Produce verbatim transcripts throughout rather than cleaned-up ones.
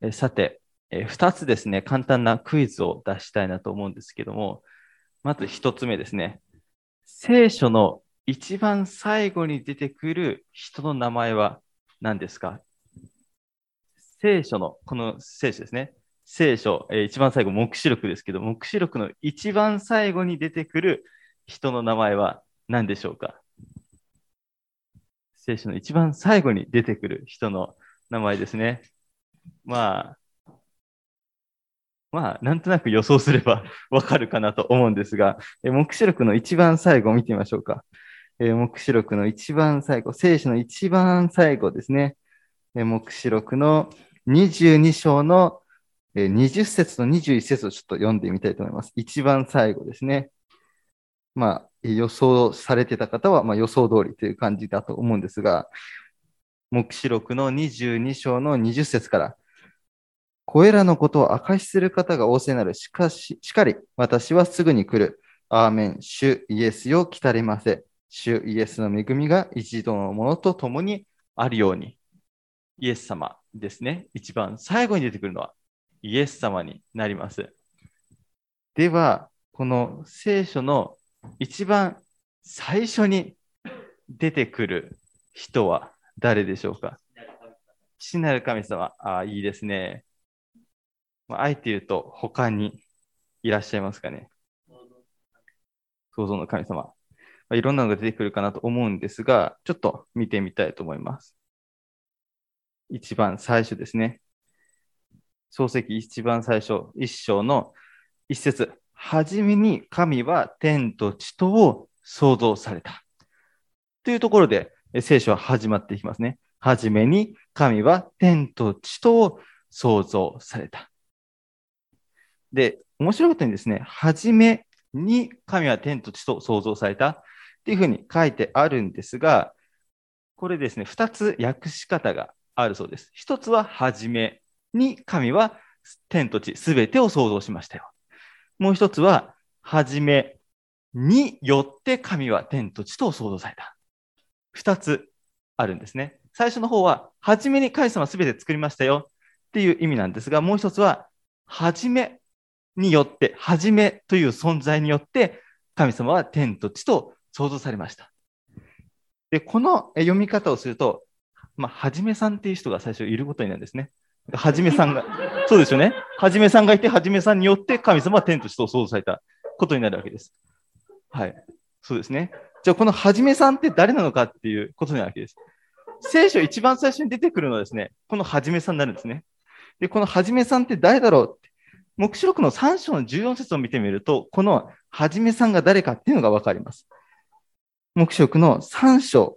えさて、えふたつですね、簡単なクイズを出したいなと思うんですけども、まずひとつめですね。聖書の一番最後に出てくる人の名前は何ですか？聖書の、この聖書ですね。聖書、えー一番最後、黙示録ですけど、黙示録の一番最後に出てくる人の名前は何でしょうか？聖書の一番最後に出てくる人の名前ですね。まあ、まあ、なんとなく予想すればわかるかなと思うんですが、えー黙示録の一番最後を見てみましょうか。えー黙示録の一番最後、聖書の一番最後ですね。えー黙示録のにじゅうに章のえーにじゅっ節とにじゅういっ節をちょっと読んでみたいと思います。一番最後ですね。まあ、予想されてた方は、まあ、予想通りという感じだと思うんですが、黙示録のにじゅうに章のにじゅっ節から、これらのことを証しする方が仰せなる。しかし、しかり、私はすぐに来る。アーメン。主イエスよ来たりませ。主イエスの恵みが一度のものと共にあるように。イエス様ですね。一番最後に出てくるのはイエス様になります。では、この聖書の一番最初に出てくる人は誰でしょうか？父なる神様。ああ、いいですね。まあ、あえて言うと、他にいらっしゃいますかね。創造の神様。まあ、いろんなのが出てくるかなと思うんですが、ちょっと見てみたいと思います。一番最初ですね。創世記一番最初、一章の一節。はじめに神は天と地とを創造された。というところで、聖書は始まっていきますね。はじめに神は天と地とを創造された。で、面白いことにですね、はじめに神は天と地と創造されたっていうふうに書いてあるんですが、これですね、二つ訳し方があるそうです。一つははじめに神は天と地すべてを創造しましたよ。もう一つは、はじめによって神は天と地と創造された。二つあるんですね。最初の方は、はじめに神様すべて作りましたよっていう意味なんですが、もう一つは、はじめによって、はじめという存在によって、神様は天と地と創造されました。で、この読み方をすると、まあ、はじめさんっていう人が最初いることになるんですね。はじめさんが、そうですよね。はじめさんがいて、はじめさんによって神様は天と地と創造されたことになるわけです。はい。そうですね。じゃあ、このはじめさんって誰なのかっていうことになるわけです。聖書一番最初に出てくるのはですね、このはじめさんになるんですね。で、このはじめさんって誰だろうって、黙示録のさん章のじゅうよん節を見てみると、このはじめさんが誰かっていうのがわかります。黙示録のさん章、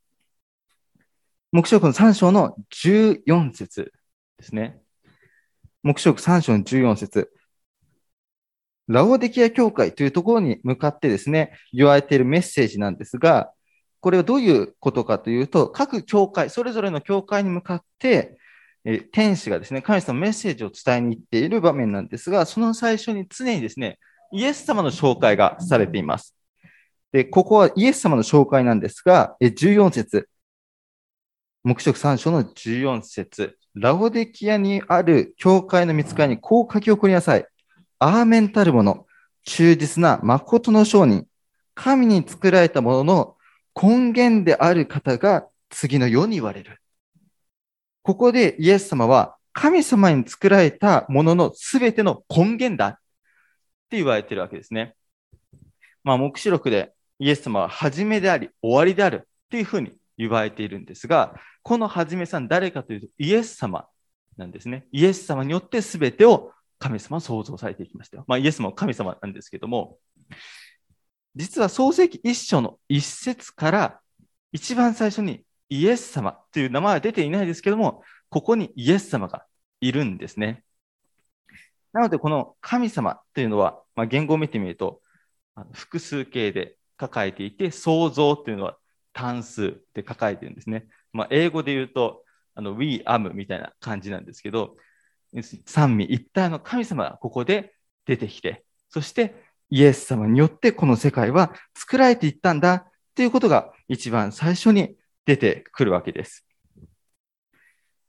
黙示録のさん章のじゅうよん節ですね。黙示録さん章のじゅうよん節。ラオデキア教会というところに向かってですね、言われているメッセージなんですが、これはどういうことかというと、各教会、それぞれの教会に向かって、え天使がですね、神様のメッセージを伝えに行っている場面なんですが、その最初に常にですね、イエス様の紹介がされています。で、ここはイエス様の紹介なんですが、じゅうよん節、黙示録さん章のじゅうよん節、ラオデキアにある教会の見つかりにこう書き送りなさい。アーメンたるもの、忠実な誠の証人、神に作られたものの根源である方が次のように言われる。ここでイエス様は神様に作られたもののすべての根源だって言われているわけですね。まあ、黙示録でイエス様は初めであり終わりであるっていうふうに言われているんですが、この初めさん誰かというとイエス様なんですね。イエス様によってすべてを神様は創造されていきましたよ。まあ、イエスも神様なんですけども、実は創世記一章の一節から一番最初にイエス様という名前は出ていないですけども、ここにイエス様がいるんですね。なので、この神様というのは、まあ、言語を見てみると、複数形で書かれていて、創造というのは単数で書かれているんですね。まあ、英語で言うと、あの We am みたいな感じなんですけど、三位一体の神様がここで出てきて、そしてイエス様によってこの世界は作られていったんだということが一番最初に出てくるわけです。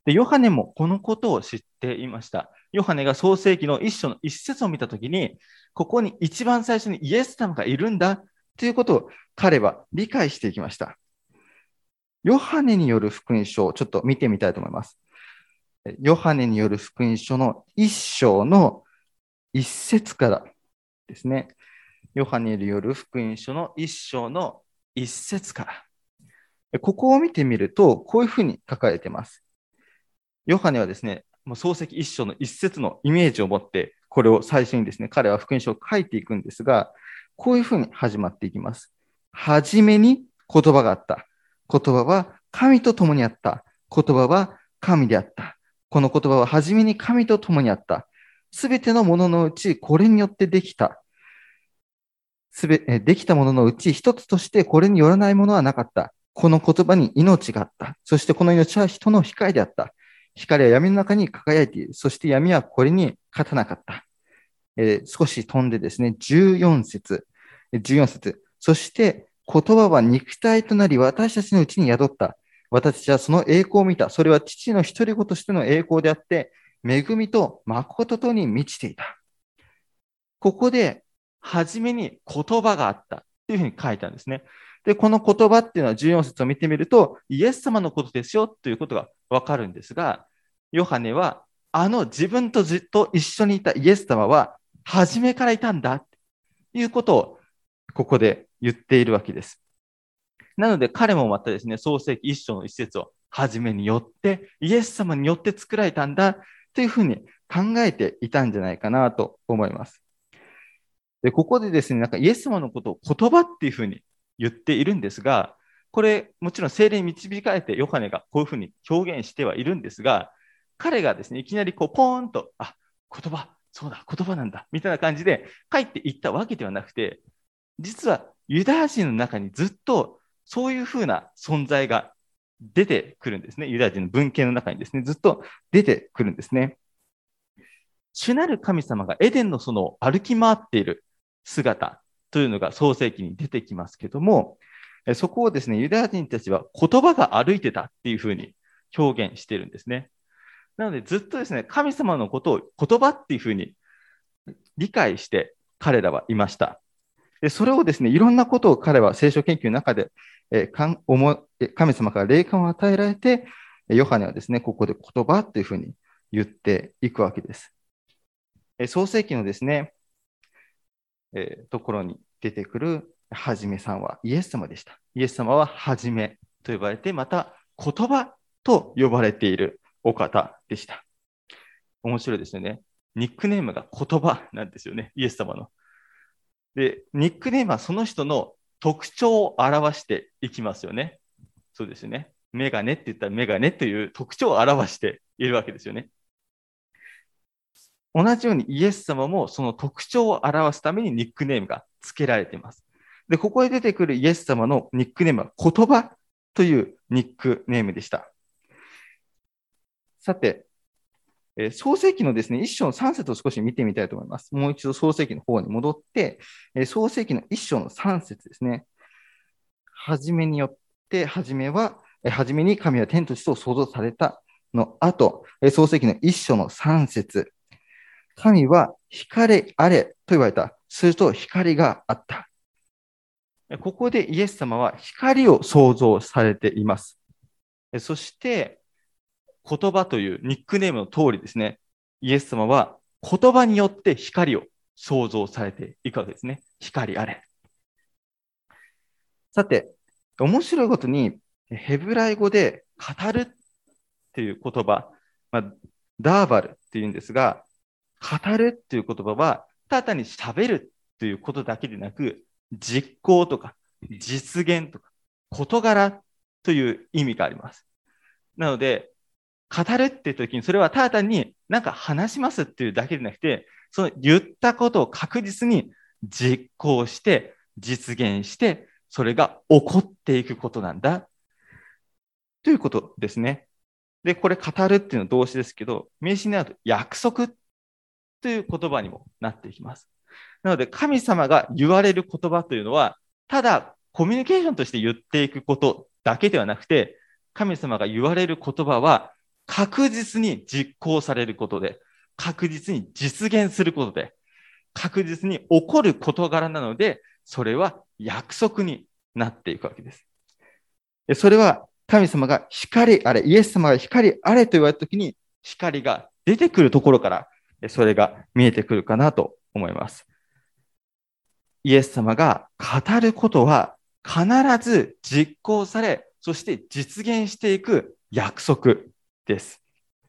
で、ヨハネもこのことを知っていました。ヨハネが創世記の一章の一節を見たときに、ここに一番最初にイエス様がいるんだということを彼は理解していきました。ヨハネによる福音書をちょっと見てみたいと思います。ヨハネによる福音書の一章の一節からですね。ヨハネによる福音書の一章の一節から。ここを見てみると、こういうふうに書かれています。ヨハネはですね、もう創世記一章の一節のイメージを持って、これを最初にですね、彼は福音書を書いていくんですが、こういうふうに始まっていきます。はじめに言葉があった。言葉は神と共にあった。言葉は神であった。この言葉ははじめに神と共にあった。すべてのもののうちこれによってできた。すべ、できたもののうち一つとしてこれによらないものはなかった。この言葉に命があった。そしてこの命は人の光であった。光は闇の中に輝いている。そして闇はこれに勝たなかった。えー、少し飛んでですね、じゅうよん節。じゅうよん節。そして言葉は肉体となり私たちのうちに宿った。私たちはその栄光を見た。それは父の独り子としての栄光であって、恵みと誠とに満ちていた。ここで、はじめに言葉があったというふうに書いたんですね。で、この言葉っていうのはじゅうよん節を見てみると、イエス様のことですよということがわかるんですが、ヨハネは、あの自分とずっと一緒にいたイエス様は、初めからいたんだということを、ここで言っているわけです。なので彼もまたですね、創世記一章の一節を初めによって、イエス様によって作られたんだというふうに考えていたんじゃないかなと思います。で、ここでですね、なんかイエス様のことを言葉っていうふうに言っているんですが、これもちろん聖霊に導かれてヨハネがこういうふうに表現してはいるんですが、彼がですね、いきなりこうポーンと、あ、言葉、そうだ、言葉なんだ、みたいな感じで書いていったわけではなくて、実はユダヤ人の中にずっとそういうふうな存在が出てくるんですね。ユダヤ人の文献の中にですね、ずっと出てくるんですね。主なる神様がエデンの園を歩き回っている姿というのが創世記に出てきますけども、そこをですね、ユダヤ人たちは言葉が歩いてたっていうふうに表現しているんですね。なのでずっとですね、神様のことを言葉っていうふうに理解して彼らはいました。でそれをですね、いろんなことを彼は聖書研究の中で、えー、かん思神様から霊感を与えられて、ヨハネはですね、ここで言葉というふうに言っていくわけです。えー、創世記のですね、えー、ところに出てくるはじめさんはイエス様でした。イエス様ははじめと呼ばれて、また言葉と呼ばれているお方でした。面白いですよね。ニックネームが言葉なんですよね、イエス様の。で、ニックネームはその人の特徴を表していきますよね。そうですよね。メガネって言ったらメガネという特徴を表しているわけですよね。同じようにイエス様もその特徴を表すためにニックネームが付けられています。で、ここで出てくるイエス様のニックネームは言葉というニックネームでした。さて、えー、創世記のですね、一章の三節を少し見てみたいと思います。もう一度創世記の方に戻って、えー、創世記の一章の三節ですね。はじめによって、はじめは、えー、はじめに神は天と地と創造されたの後、えー、創世記の一章の三節。神は光あれと言われた。すると光があった。ここでイエス様は光を創造されています。そして、言葉というニックネームの通りですね、イエス様は言葉によって光を創造されていくわけですね。光あれ。さて、面白いことに、ヘブライ語で語るっていう言葉、まあ、ダーバルっていうんですが、語るっていう言葉は、ただに喋るっていうことだけでなく、実行とか実現とか事柄という意味があります。なので、語るって言った時に、それはただ単になんか話しますっていうだけでなくて、その言ったことを確実に実行して、実現して、それが起こっていくことなんだ。ということですね。で、これ語るっていうのは動詞ですけど、名詞になると約束という言葉にもなっていきます。なので、神様が言われる言葉というのは、ただコミュニケーションとして言っていくことだけではなくて、神様が言われる言葉は確実に実行されることで、確実に実現することで、確実に起こる事柄なので、それは約束になっていくわけです。それは神様が光あれ、イエス様が光あれと言われたときに、光が出てくるところから、それが見えてくるかなと思います。イエス様が語ることは必ず実行され、そして実現していく約束です。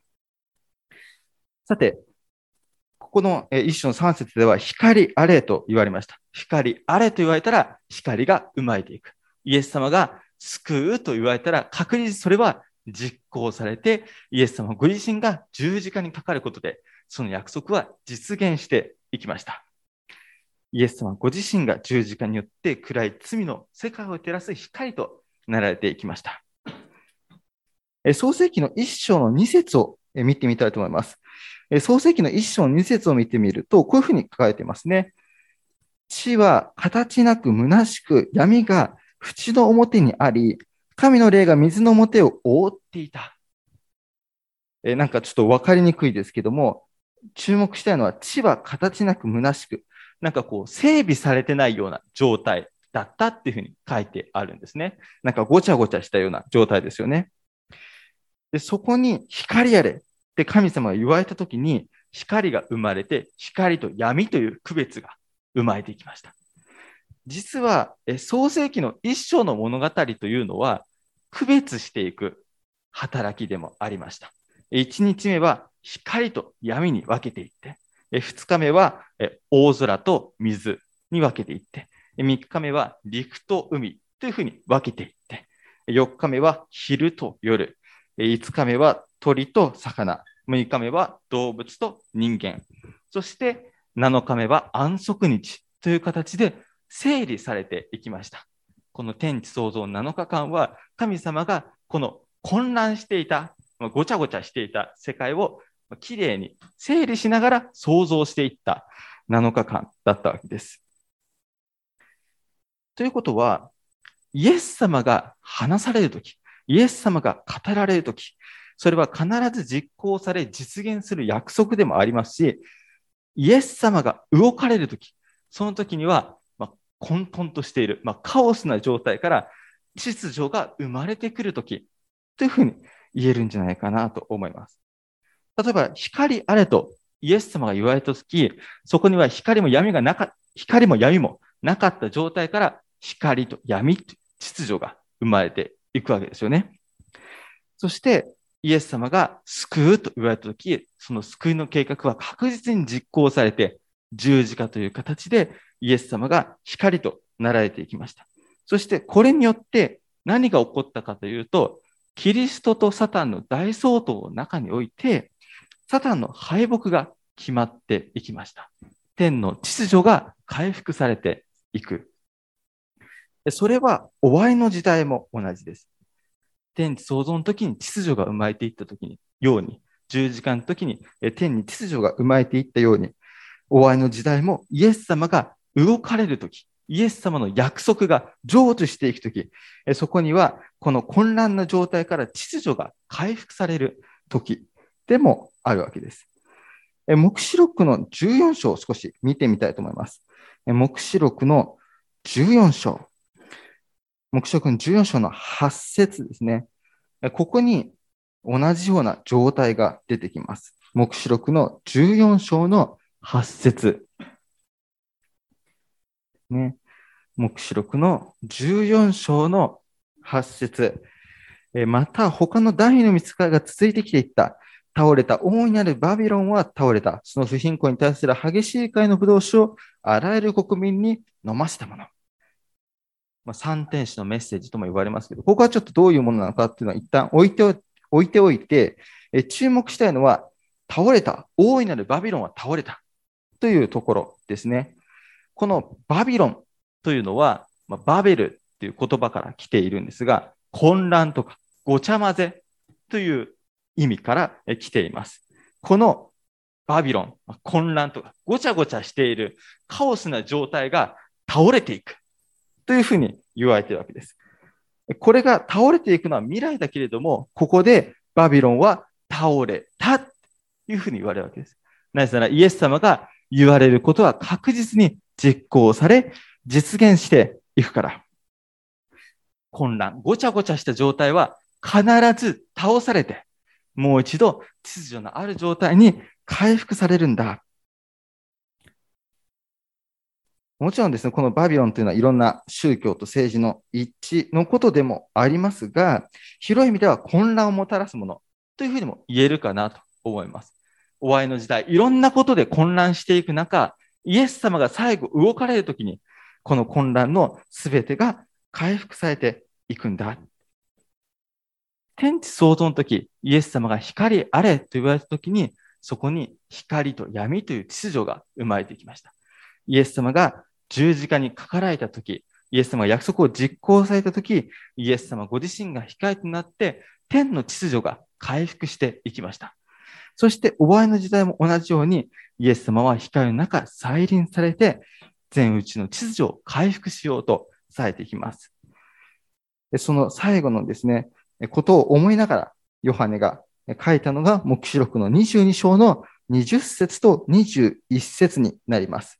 さて、ここの一章のさん節では光あれと言われました。光あれと言われたら光が生まれていく。イエス様が救うと言われたら確実にそれは実行されて、イエス様ご自身が十字架にかかることで、その約束は実現していきました。イエス様ご自身が十字架によって暗い罪の世界を照らす光となられていきました。創世記の一章の二節を見てみたいと思います。創世記の一章の二節を見てみると、こういうふうに書かれていますね。地は形なく虚しく、闇が縁の表にあり、神の霊が水の表を覆っていた。えなんかちょっと分かりにくいですけども、注目したいのは、地は形なく虚しく、なんかこう整備されてないような状態だったっていうふうに書いてあるんですね。なんかごちゃごちゃしたような状態ですよね。でそこに光あれって神様が言われたときに、光が生まれて、光と闇という区別が生まれていきました。実は、創世記の一章の物語というのは、区別していく働きでもありました。一日目は光と闇に分けていって、二日目は大空と水に分けていって、三日目は陸と海というふうに分けていって、四日目は昼と夜、五日目は鳥と魚、六日目は動物と人間、そして七日目は安息日という形で整理されていきました。この天地創造なのかかんは、神様がこの混乱していた、ごちゃごちゃしていた世界をきれいに整理しながら創造していったなのかかんだったわけです。ということは、イエス様が話されるとき、イエス様が語られるとき、それは必ず実行され実現する約束でもありますし、イエス様が動かれるとき、その時には、まあ、混沌としている、まあ、カオスな状態から秩序が生まれてくるとき、というふうに言えるんじゃないかなと思います。例えば、光あれとイエス様が言われたとき、そこには光も闇がなか、光も闇もなかった状態から、光と闇という秩序が生まれていくわけですよね。そして、イエス様が救うと言われたとき、その救いの計画は確実に実行されて、十字架という形でイエス様が光となられていきました。そしてこれによって何が起こったかというと、キリストとサタンの大争闘の中において、サタンの敗北が決まっていきました。天の秩序が回復されていく。それは終わりの時代も同じです。天地創造の時に秩序が生まれていった時にように、十字架の時に天に秩序が生まれていったように、終わりの時代もイエス様が動かれる時、イエス様の約束が成就していく時、そこにはこの混乱な状態から秩序が回復される時でもあるわけです。黙示録のじゅうよん章を少し見てみたいと思います。黙示録のじゅうよん章。黙示録のじゅうよん章のはち節ですね。ここに同じような状態が出てきます。黙示録のじゅうよん章のはち節。ね。黙示録のじゅうよん章のはち節。また他の第二の見つかりが続いてきていった。倒れた大いなるバビロンは倒れた。その不貧困に対する激しい会の葡萄酒をあらゆる国民に飲ませたもの。まあ、三天使のメッセージとも言われますけど、ここはちょっとどういうものなのかっていうのは一旦置いて置いておいて、え注目したいのは、倒れた、大いなるバビロンは倒れたというところですね。このバビロンというのは、まあ、バベルという言葉から来ているんですが、混乱とかごちゃ混ぜという意味から来ています。このバビロン、混乱とかごちゃごちゃしているカオスな状態が倒れていくというふうに言われているわけです。これが倒れていくのは未来だけれども、ここでバビロンは倒れたというふうに言われるわけです。なぜならイエス様が言われることは確実に実行され、実現していくから。混乱、ごちゃごちゃした状態は必ず倒されて、もう一度秩序のある状態に回復されるんだ。もちろんですね、このバビロンというのはいろんな宗教と政治の一致のことでもありますが、広い意味では混乱をもたらすものというふうにも言えるかなと思います。終わりの時代、いろんなことで混乱していく中、イエス様が最後動かれるときに、この混乱のすべてが回復されていくんだ。天地創造の時、イエス様が光あれと言われた時に、そこに光と闇という秩序が生まれてきました。イエス様が十字架にかかられた時、イエス様が約束を実行された時、イエス様ご自身が光となって、天の秩序が回復していきました。そして終わりの時代も同じように、イエス様は光の中再臨されて、全宇宙の秩序を回復しようとされていきます。その最後のですね、ことを思いながら、ヨハネが書いたのが、黙示録のにじゅうに章のにじゅっ節とにじゅういち節になります。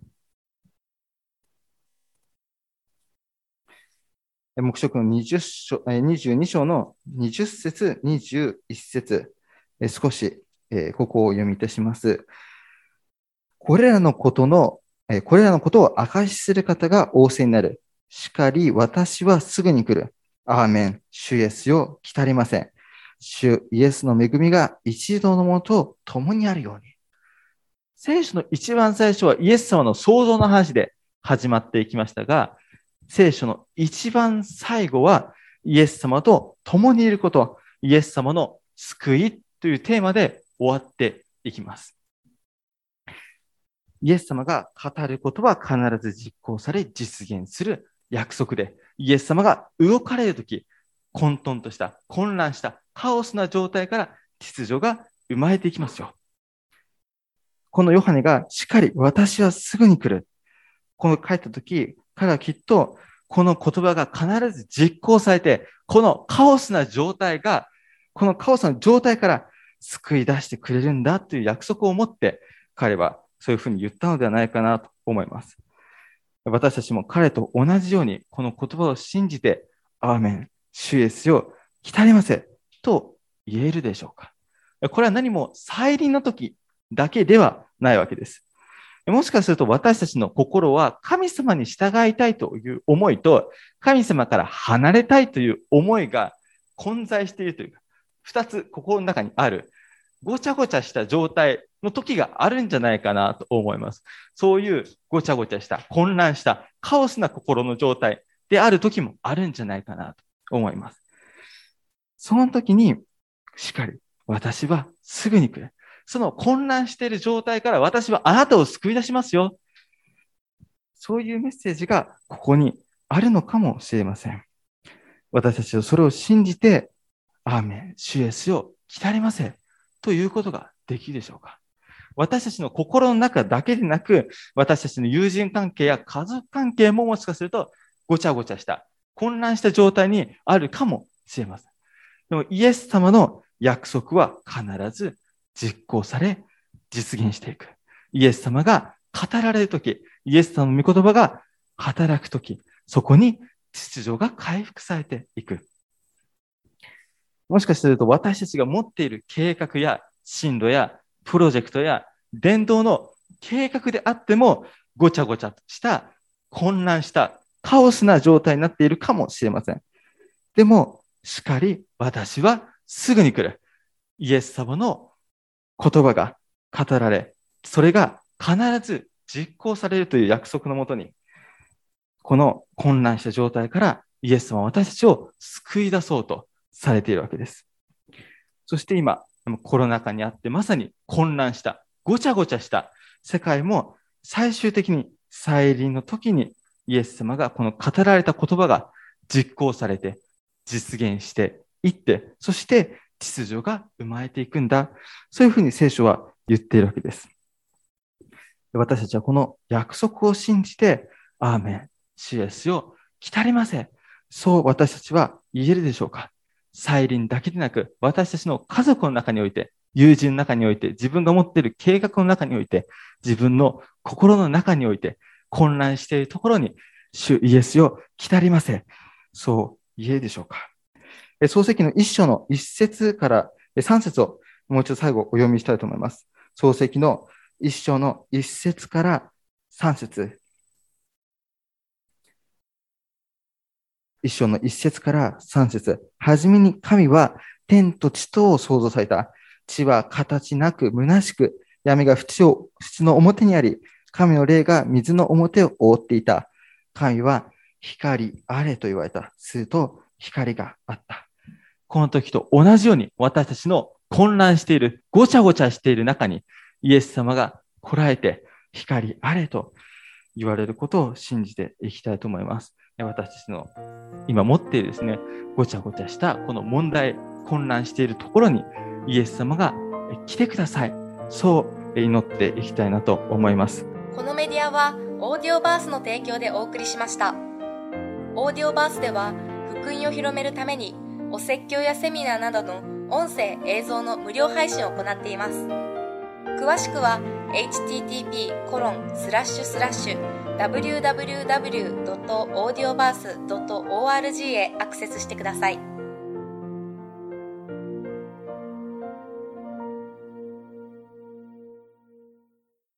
黙示録のにじゅう章、にじゅうに章のにじゅっ節、にじゅういち節、少しここを読みいたします。これらのことの、これらのことを証しする方が仰せになる。しかり、私はすぐに来る。アーメン。主イエスよ、来たりません。主イエスの恵みが一同のものと共にあるように。聖書の一番最初はイエス様の創造の話で始まっていきましたが、聖書の一番最後はイエス様と共にいること、イエス様の救いというテーマで終わっていきます。イエス様が語ることは必ず実行され実現する約束で、イエス様が動かれるとき、混沌とした混乱したカオスな状態から秩序が生まれていきますよ。このヨハネがしっかり私はすぐに来る。この書いたとき、彼はきっとこの言葉が必ず実行されて、このカオスな状態が、このカオスな状態から救い出してくれるんだという約束を持って、彼はそういうふうに言ったのではないかなと思います。私たちも彼と同じように、この言葉を信じて、アーメン、主イエスよ、来たりませ、と言えるでしょうか。これは何も再臨の時だけではないわけです。もしかすると私たちの心は神様に従いたいという思いと、神様から離れたいという思いが混在しているというか、二つ心の中にある、ごちゃごちゃした状態の時があるんじゃないかなと思います。そういうごちゃごちゃした、混乱した、カオスな心の状態である時もあるんじゃないかなと思います。その時に、しっかり、私はすぐに来る。その混乱している状態から私はあなたを救い出しますよ。そういうメッセージがここにあるのかもしれません。私たちはそれを信じて、アーメン、主イエスよ、来たりませ、ということができるでしょうか。私たちの心の中だけでなく、私たちの友人関係や家族関係ももしかするとごちゃごちゃした、混乱した状態にあるかもしれません。でもイエス様の約束は必ず実行され、実現していく。イエス様が語られるとき、イエス様の御言葉が働くとき、そこに秩序が回復されていく。もしかすると私たちが持っている計画や進路やプロジェクトや伝道の計画であっても、ごちゃごちゃした混乱したカオスな状態になっているかもしれません。でも、しかり私はすぐに来る。イエス様の言葉が語られ、それが必ず実行されるという約束のもとに、この混乱した状態からイエス様は私たちを救い出そうとされているわけです。そして今、コロナ禍にあってまさに混乱した、ごちゃごちゃした世界も最終的に再臨の時にイエス様がこの語られた言葉が実行されて実現していって、そして秩序が生まれていくんだ。そういうふうに聖書は言っているわけです。私たちはこの約束を信じて、アーメン、主イエスよ、来たりませ。そう私たちは言えるでしょうか。 再臨だけでなく、私たちの家族の中において、友人の中において、自分が持っている計画の中において、自分の心の中において、混乱しているところに、主イエスよ、来たりませ。そう言えるでしょうか。創世記の一章の一節から三節をもう一度最後お読みしたいと思います。創世記の一章の一節から三節。一章の一節から三節。はじめに神は天と地とを創造された。地は形なく虚しく、闇が淵を淵の表にあり、神の霊が水の表を覆っていた。神は光あれと言われた。すると光があった。この時と同じように私たちの混乱している、ごちゃごちゃしている中にイエス様が来られて光あれと言われることを信じていきたいと思います。私たちの今持っているですね、ごちゃごちゃしたこの問題、混乱しているところにイエス様が来てください。そう祈っていきたいなと思います。 このメディアはオーディオバースの提供でお送りしました。オーディオバースでは福音を広めるためにお説教やセミナーなどの音声映像の無料配信を行っています。詳しくは エイチティーティーピーコロンスラッシュスラッシュダブリューダブリューダブリュードットオーディオバースドットオーアールジー へアクセスしてください。